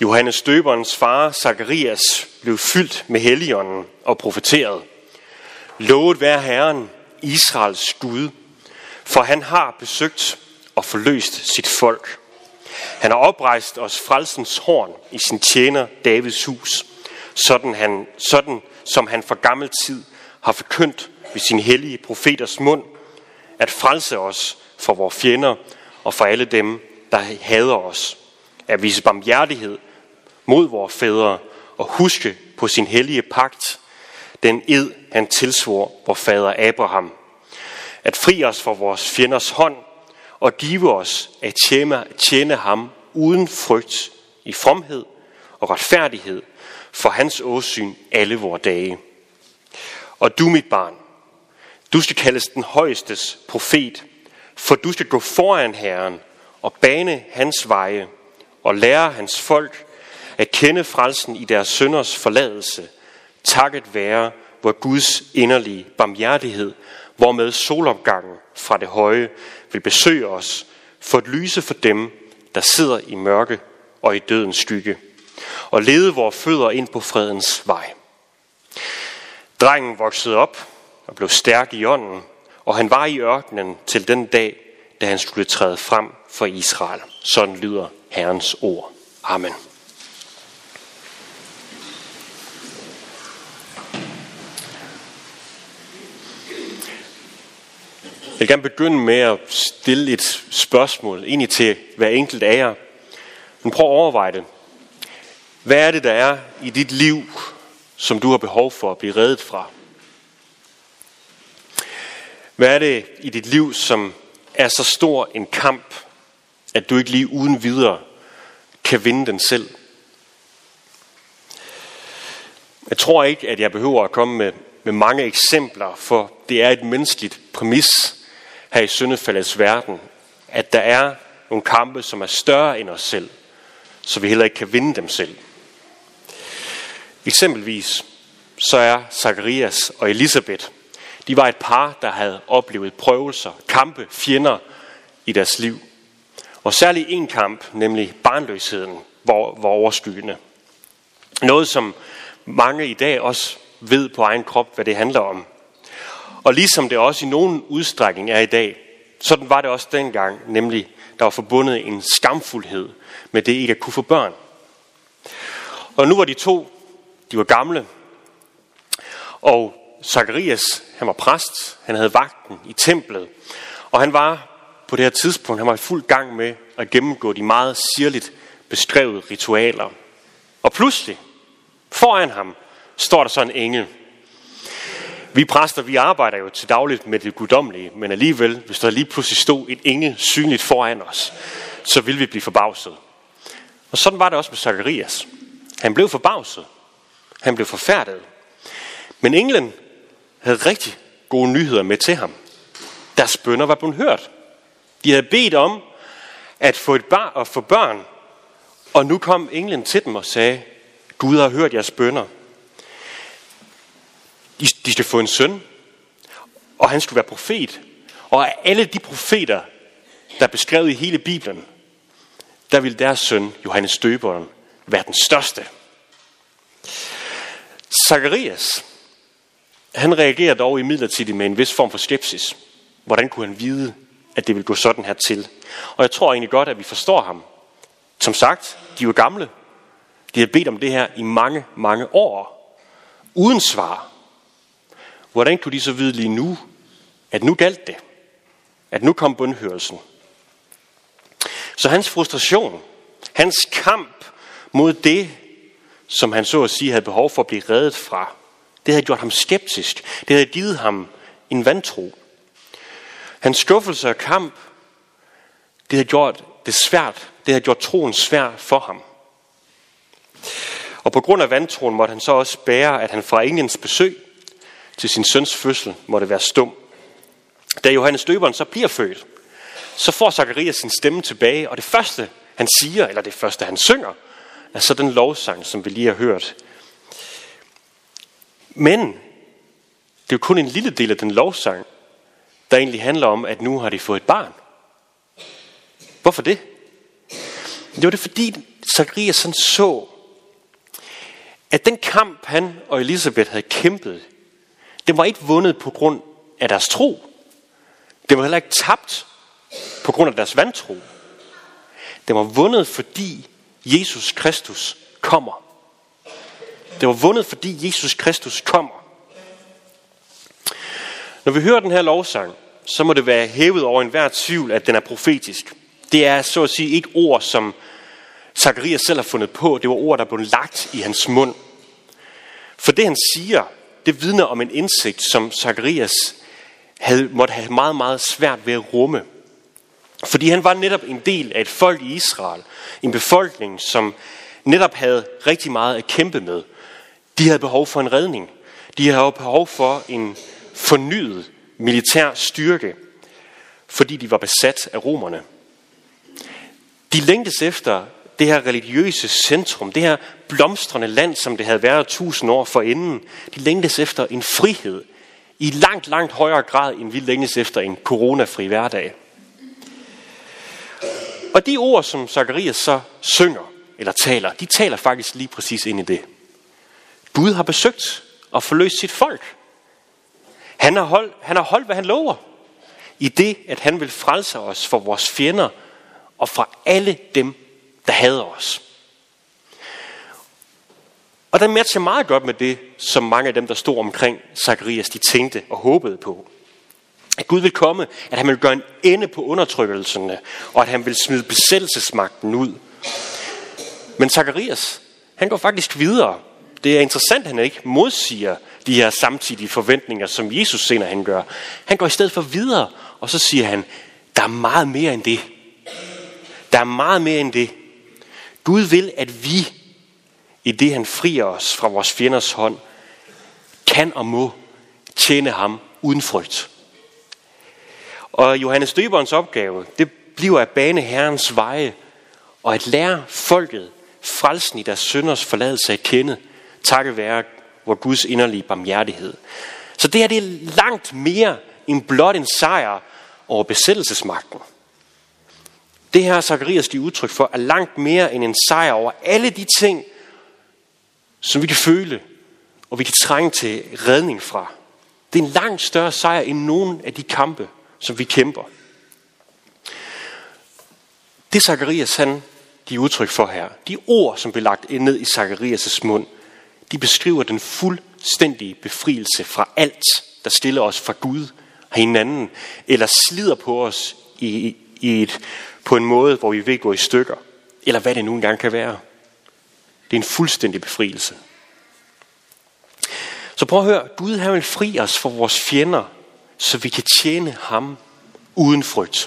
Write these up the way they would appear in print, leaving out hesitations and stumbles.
Johannes Døberens far, Zakarias, blev fyldt med Helligånden og profeterede: Lovet være Herren, Israels Gud, for han har besøgt og forløst sit folk. Han har oprejst os frelsens horn i sin tjener Davids hus, sådan som han for gammel tid har forkyndt ved sin hellige profeters mund, at frelse os for vores fjender og for alle dem, der hader os, at vise barmhjertighed mod vores fædre og huske på sin hellige pagt, den ed han tilsvor vor fader Abraham, at fri os for vores fjenders hånd og give os at tjene ham uden frygt i fromhed og retfærdighed for hans åsyn alle vore dage. Og du, mit barn, du skal kaldes den højestes profet, for du skal gå foran Herren og bane hans veje og lære hans folk at kende frelsen i deres synders forladelse, takket være vor Guds inderlige barmhjertighed, hvormed solopgangen fra det høje vil besøge os, for at lyse for dem, der sidder i mørke og i dødens skygge, og lede vores fødder ind på fredens vej. Drengen voksede op og blev stærk i ånden, og han var i ørkenen til den dag, da han skulle træde frem for Israel. Sådan lyder Herrens ord. Amen. Jeg vil gerne begynde med at stille et spørgsmål, egentlig til hver enkelt af jer. Men prøv at overveje det. Hvad er det, der er i dit liv, som du har behov for at blive reddet fra? Hvad er det i dit liv, som er så stor en kamp, at du ikke lige uden videre kan vinde den selv? Jeg tror ikke, at jeg behøver at komme med mange eksempler, for det er et menneskeligt præmis her i syndefaldets verden, at der er nogle kampe, som er større end os selv, så vi heller ikke kan vinde dem selv. Eksempelvis så er Zakarias og Elisabeth, de var et par, der havde oplevet prøvelser, kampe, fjender i deres liv. Og særligt en kamp, nemlig barnløsheden, var overskyggende. Noget, som mange i dag også ved på egen krop, hvad det handler om. Og ligesom det også i nogen udstrækning er i dag, sådan var det også dengang, nemlig der var forbundet en skamfuldhed med det ikke at kunne få børn. Og nu var de var gamle, og Zakarias, han var præst, han havde vagten i templet, og han var på det her tidspunkt, han var i fuld gang med at gennemgå de meget sirligt beskrevede ritualer. Og pludselig, foran ham, står der så en engel. Vi præster, vi arbejder jo til dagligt med det guddommelige, men alligevel, hvis der lige pludselig stod et engel synligt foran os, så ville vi blive forbavset. Og sådan var det også med Zakarias. Han blev forbavset. Han blev forfærdet. Men englen havde rigtig gode nyheder med til ham. Deres bønner var blevet hørt. De havde bedt om at få børn, og nu kom englen til dem og sagde, Gud har hørt jeres bønner. De skal få en søn, og han skulle være profet. Og af alle de profeter, der er beskrevet i hele Bibelen, der ville deres søn, Johannes Døberen, være den største. Zakarias, han reagerer dog imidlertid med en vis form for skepsis. Hvordan kunne han vide, at det ville gå sådan her til? Og jeg tror egentlig godt, at vi forstår ham. Som sagt, de var gamle. De havde bedt om det her i mange, mange år. Uden svar. Hvordan kunne de så vide lige nu, at nu galt det? At nu kom bønhørelsen? Så hans frustration, hans kamp mod det, som han så at sige havde behov for at blive reddet fra, det havde gjort ham skeptisk. Det havde givet ham en vantro. Hans skuffelse og kamp, det havde gjort det svært. Det havde gjort troen svær for ham. Og på grund af vantroen måtte han så også bære, at han fra englens besøg til sin søns fødsel måtte være stum. Da Johannes Døberen så bliver født, så får Zakarias sin stemme tilbage, og det første han siger, eller det første han synger, er så den lovsang, som vi lige har hørt. Men det er jo kun en lille del af den lovsang, der egentlig handler om, at nu har de fået et barn. Hvorfor det? Det var det fordi, Zacharias så, at den kamp, han og Elisabeth havde kæmpet, den var ikke vundet på grund af deres tro. Den var heller ikke tabt på grund af deres vantro. Den var vundet, fordi Jesus Kristus kommer. Det var vundet, fordi Jesus Kristus kommer. Når vi hører den her lovsang, så må det være hævet over enhver tvivl, at den er profetisk. Det er så at sige ikke ord, som Zacharias selv har fundet på. Det var ord, der blev lagt i hans mund. For det han siger, det vidner om en indsigt, som Zacharias måtte have meget, meget svært ved at rumme. Fordi han var netop en del af et folk i Israel. En befolkning, som netop havde rigtig meget at kæmpe med. De havde behov for en redning. De havde behov for en fornyet militær styrke, fordi de var besat af romerne. De længtes efter det her religiøse centrum, det her blomstrende land, som det havde været 1000 år forinden. De længtes efter en frihed i langt, langt højere grad, end vi længes efter en coronafri hverdag. Og de ord, som Zacharias så synger eller taler, de taler faktisk lige præcis ind i det. Gud har besøgt og forløst sit folk. Han har holdt, hvad han lover. I det, at han vil frelse os for vores fjender og fra alle dem, der hader os. Og den matcher meget godt med det, som mange af dem, der stod omkring Zacharias, de tænkte og håbede på. At Gud vil komme, at han vil gøre en ende på undertrykkelserne, og at han vil smide besættelsesmagten ud. Men Zacharias, han går faktisk videre. Det er interessant, at han ikke modsiger de her samtidige forventninger, som Jesus senere han gør. Han går i stedet for videre, og så siger han, der er meget mere end det. Der er meget mere end det. Gud vil, at vi, i det han frier os fra vores fjenders hånd, kan og må tjene ham uden frygt. Og Johannes Døberens opgave, det bliver at bane Herrens veje, og at lære folket frelsen i deres synders forladelse at kende, takket være vor Guds inderlige barmhjertighed. Så det her, det er langt mere end blot en sejr over besættelsesmagten. Det her Zacharias giver udtryk for, er langt mere end en sejr over alle de ting, som vi kan føle, og vi kan trænge til redning fra. Det er en langt større sejr end nogen af de kampe, som vi kæmper. Det Zacharias han giver udtryk for her, de ord, som bliver lagt ned i Zacharias' mund, de beskriver den fuldstændige befrielse fra alt, der stiller os fra Gud og hinanden, eller slider på os på en måde, hvor vi vil gå i stykker, eller hvad det nu engang kan være. Det er en fuldstændig befrielse. Så prøv at høre, Gud han vil fri os for vores fjender, så vi kan tjene ham uden frygt.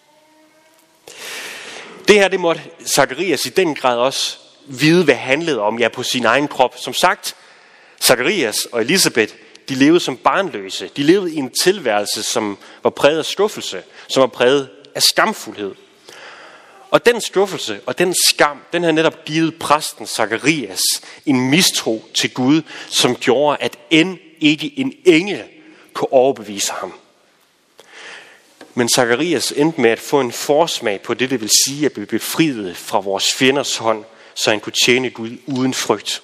Det her, det måtte Zacharias i den grad også vide, hvad handlede om, ja, på sin egen krop. Som sagt, Zacharias og Elisabeth, de levede som barnløse. De levede i en tilværelse, som var præget af skuffelse, som var præget af skamfuldhed. Og den skuffelse og den skam, den har netop givet præsten Zacharias en mistro til Gud, som gjorde, at end ikke en engel kunne overbevise ham. Men Zacharias endte med at få en forsmag på det vil sige at blive befriet fra vores fjenders hånd, så han kunne tjene Gud uden frygt.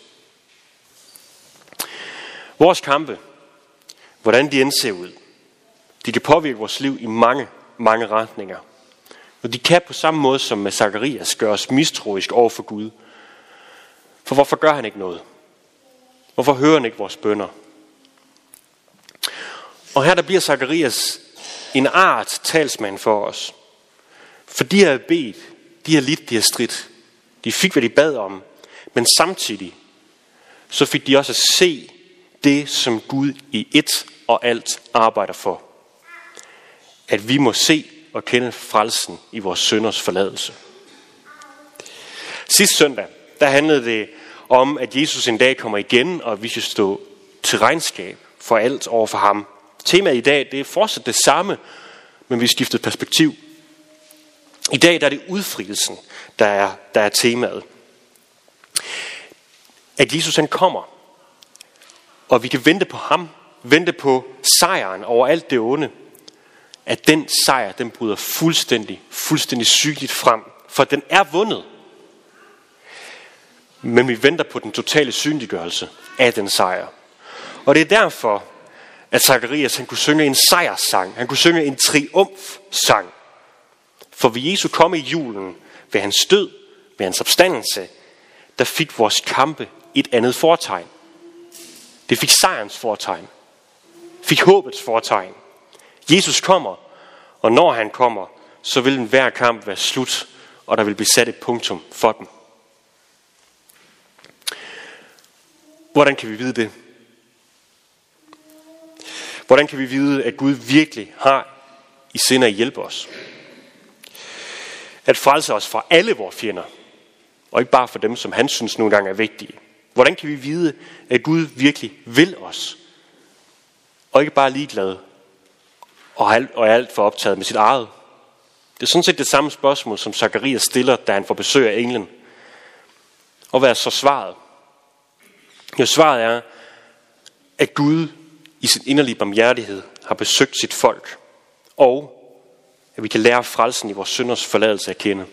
Vores kampe, hvordan de end ser ud, de kan påvirke vores liv i mange, mange retninger. Og de kan på samme måde som med Zacharias gøre os mistroisk over for Gud. For hvorfor gør han ikke noget? Hvorfor hører han ikke vores bønner? Og her der bliver Zacharias en art talsmand for os. For de har bedt, de har lidt, de har stridt. De fik, hvad de bad om. Men samtidig, så fik de også at se det, som Gud i et og alt arbejder for. At vi må se og kende frelsen i vores synders forladelse. Sidste søndag, der handlede det om, at Jesus en dag kommer igen, og vi skal stå til regnskab for alt over for ham. Temaet i dag, det er fortsat det samme, men vi skifter perspektiv. I dag der er det udfrielsen, der er temaet. At Jesus han kommer, og vi kan vente på ham, vente på sejren over alt det onde. At den sejr, den bryder fuldstændig sygeligt frem, for den er vundet. Men vi venter på den totale synliggørelse af den sejr. Og det er derfor, at Zakarias han kunne synge en sejrssang. Han kunne synge en triumfsang. For ved Jesu komme i julen, ved hans død, ved hans opstandelse, der fik vores kampe et andet fortegn. Det fik sejrens fortegn. Fik håbets fortegn. Jesus kommer, og når han kommer, så vil enhver kamp være slut, og der vil blive sat et punktum for den. Hvordan kan vi vide det? Hvordan kan vi vide, at Gud virkelig har i sinde at hjælpe os? At frelse os fra alle vores fjender, og ikke bare for dem, som han synes nogle gange er vigtige. Hvordan kan vi vide, at Gud virkelig vil os, og ikke bare er ligeglad og er alt for optaget med sit eget? Det er sådan set det samme spørgsmål, som Zakarias stiller, da han får besøg af englen. Og hvad er så svaret? Jo, svaret er, at Gud i sin inderlige barmhjertighed har besøgt sit folk, og at vi kan lære frelsen i vores synders forladelse at kende.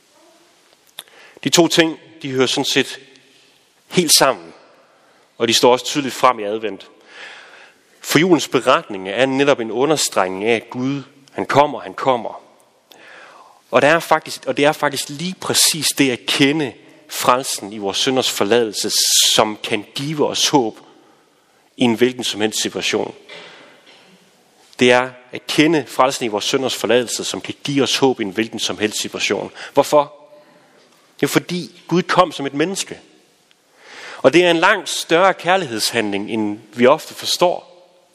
De to ting, de hører sådan set helt sammen, og de står også tydeligt frem i advent. For julens beretning er netop en understregning af, at Gud, han kommer. Og det er faktisk lige præcis det at kende frelsen i vores synders forladelse, som kan give os håb i en hvilken som helst situation. Det er at kende frelsen i vores synders forladelse, som kan give os håb i en hvilken som helst situation. Hvorfor? Jo, fordi Gud kom som et menneske. Og det er en langt større kærlighedshandling, end vi ofte forstår.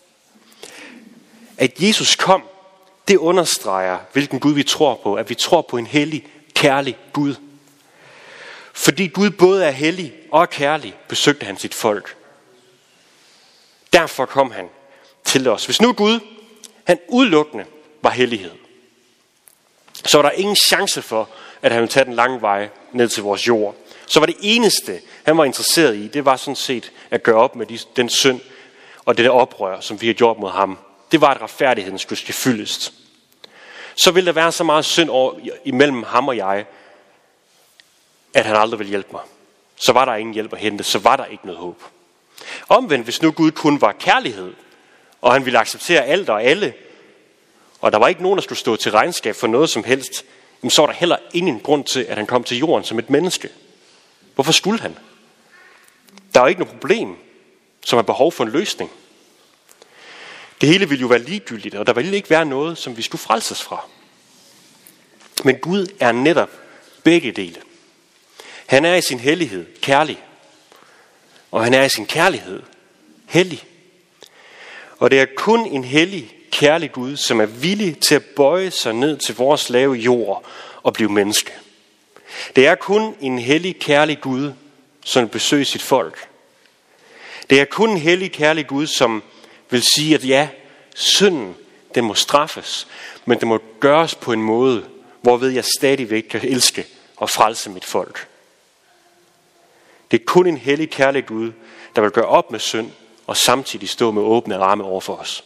At Jesus kom, det understreger, hvilken Gud vi tror på. At vi tror på en hellig, kærlig Gud. Fordi Gud både er hellig og kærlig, besøgte han sit folk. Derfor kom han til os. Hvis nu Gud, han udelukkende var hellighed, så var der ingen chance for, at han ville tage den lange vej ned til vores jord. Så var det eneste, han var interesseret i, det var sådan set at gøre op med den synd og det der oprør, som vi har gjort mod ham. Det var, at retfærdigheden skulle ske fyldest. Så ville der være så meget synd imellem ham og jeg, at han aldrig ville hjælpe mig. Så var der ingen hjælp at hente, så var der ikke noget håb. Omvendt, hvis nu Gud kun var kærlighed, og han ville acceptere alt og alle, og der var ikke nogen, der skulle stå til regnskab for noget som helst, så var der heller ingen grund til, at han kom til jorden som et menneske. Hvorfor skulle han? Der er jo ikke noget problem, som har behov for en løsning. Det hele ville jo være ligegyldigt, og der ville ikke være noget, som vi skulle frelses fra. Men Gud er netop begge dele. Han er i sin hellighed kærlig, og han er i sin kærlighed hellig. Og det er kun en hellig, kærlig Gud, som er villig til at bøje sig ned til vores lave jord og blive menneske. Det er kun en hellig, kærlig Gud, som vil besøge sit folk. Det er kun en hellig, kærlig Gud, som vil sige, at ja, synden, den må straffes, men det må gøres på en måde, hvorved jeg stadigvæk kan elske og frelse mit folk. Det er kun en hellig, kærlig Gud, der vil gøre op med synd og samtidig stå med åbne arme over for os.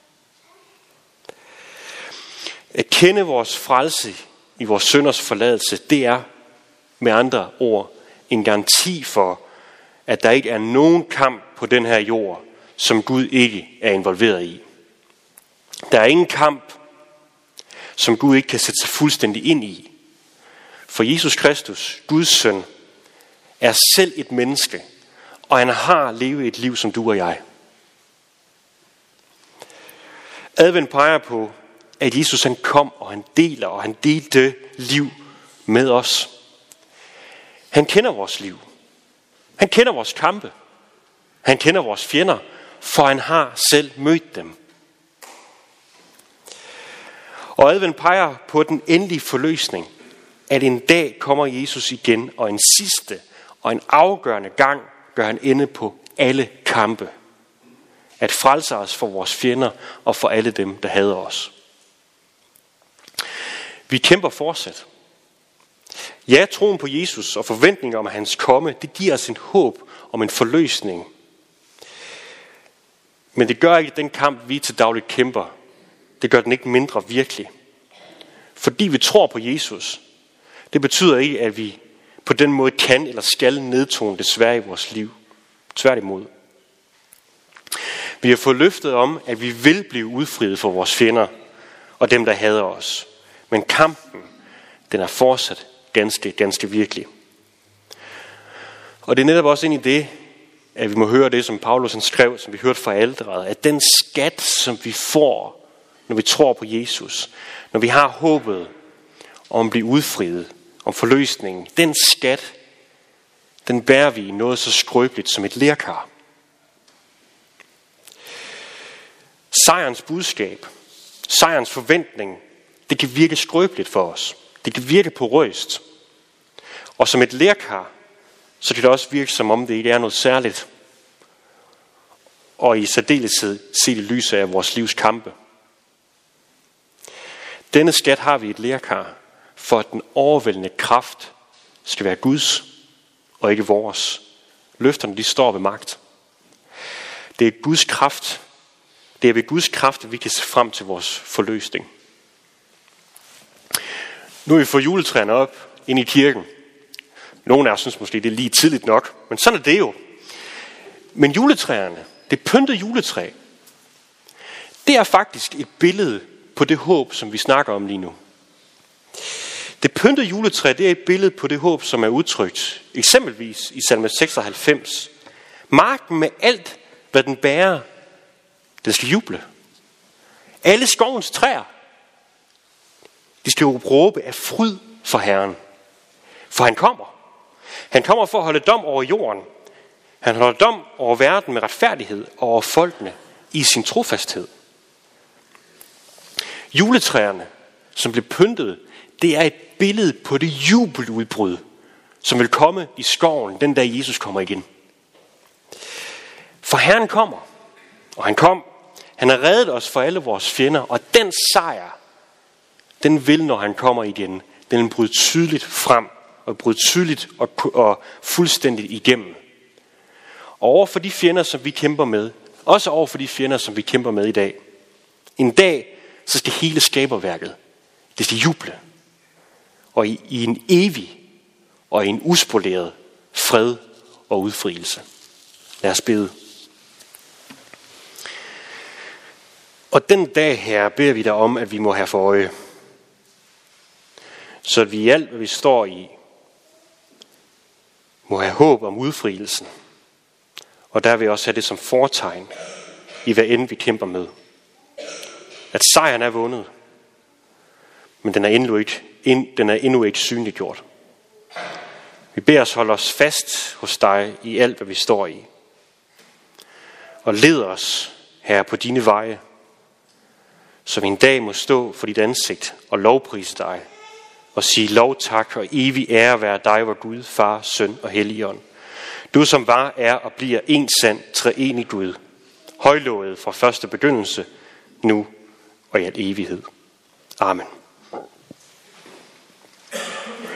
At kende vores frelse i vores synders forladelse, det er med andre ord en garanti for, at der ikke er nogen kamp på den her jord, som Gud ikke er involveret i. Der er ingen kamp, som Gud ikke kan sætte sig fuldstændig ind i. For Jesus Kristus, Guds søn, er selv et menneske, og han har levet et liv som du og jeg. Advent peger på, at Jesus han kom, og han deler, og han delte liv med os. Han kender vores liv. Han kender vores kampe. Han kender vores fjender, for han har selv mødt dem. Og advent peger på den endelige forløsning, at en dag kommer Jesus igen, og en sidste og en afgørende gang gør han ende på alle kampe. At frelse os for vores fjender og for alle dem, der hader os. Vi kæmper fortsat. Ja, troen på Jesus og forventninger om hans komme, det giver os en håb om en forløsning. Men det gør ikke den kamp, vi til dagligt kæmper. Det gør den ikke mindre virkelig. Fordi vi tror på Jesus, det betyder ikke, at vi på den måde kan eller skal nedtone det svære i vores liv. Tværtimod. Vi har fået løftet om, at vi vil blive udfriet for vores fjender og dem, der hader os. Men kampen, den er fortsat ganske virkelig. Og det er netop også ind i det, at vi må høre det, som Paulus skrev, som vi hørte fra alteret, at den skat, som vi får, når vi tror på Jesus, når vi har håbet om at blive udfriet, om forløsningen, den skat, den bærer vi i noget så skrøbeligt som et lerkar. Sejrens budskab, sejrens forventning, det kan virke skrøbeligt for os. Det kan virke porøst. Og som et lerkar, så kan det også virke som om det ikke er noget særligt. Og i særdeleshed set i lyset af vores livs kampe. Denne skat har vi i et lerkar, for at den overvældende kraft skal være Guds og ikke vores. Løfterne, de står ved magt. Det er Guds kraft. Det er ved Guds kraft, at vi kan se frem til vores forløsning. Nu har vi fået juletræerne op ind i kirken. Nogle af os synes måske, det er lige tidligt nok, men sådan er det jo. Men juletræerne, det pyntede juletræ, det er faktisk et billede på det håb, som vi snakker om lige nu. Det pyntede juletræ, det er et billede på det håb, som er udtrykt eksempelvis i salme 96. Marken med alt, hvad den bærer, den skal juble. Alle skovens træer, de skal jo råbe af fryd for Herren. For han kommer. Han kommer for at holde dom over jorden. Han holder dom over verden med retfærdighed og over folkene i sin trofasthed. Juletræerne, som blev pyntet, det er et billede på det jubeludbrud, som vil komme i skoven den dag Jesus kommer igen. For Herren kommer, og han kom. Han har reddet os for alle vores fjender, og den sejr, den vil, når han kommer igen, den vil bryde tydeligt frem, og bryde tydeligt og fuldstændigt igennem. Og over for de fjender, som vi kæmper med, også over for de fjender, som vi kæmper med i dag. En dag, så skal hele skaberværket, det skal juble. Og i en evig og i en uspoleret fred og udfrielse. Lad os bede. Og den dag her beder vi dig om, at vi må have for øje, så at vi i alt, hvad vi står i, må have håb om udfrielsen. Og der vil vi også have det som fortegn i hvad end vi kæmper med. At sejren er vundet, men den er endnu ikke synliggjort. Vi beder os holde os fast hos dig i alt, hvad vi står i. Og led os, Herre, på dine veje, så vi en dag må stå for dit ansigt og lovprise dig, og sige lov, tak og evig ære være dig, vor Gud, Far, Søn og Helligånd. Du som var, er og bliver en sand, treenig Gud, højlovet fra første begyndelse, nu og i al evighed. Amen.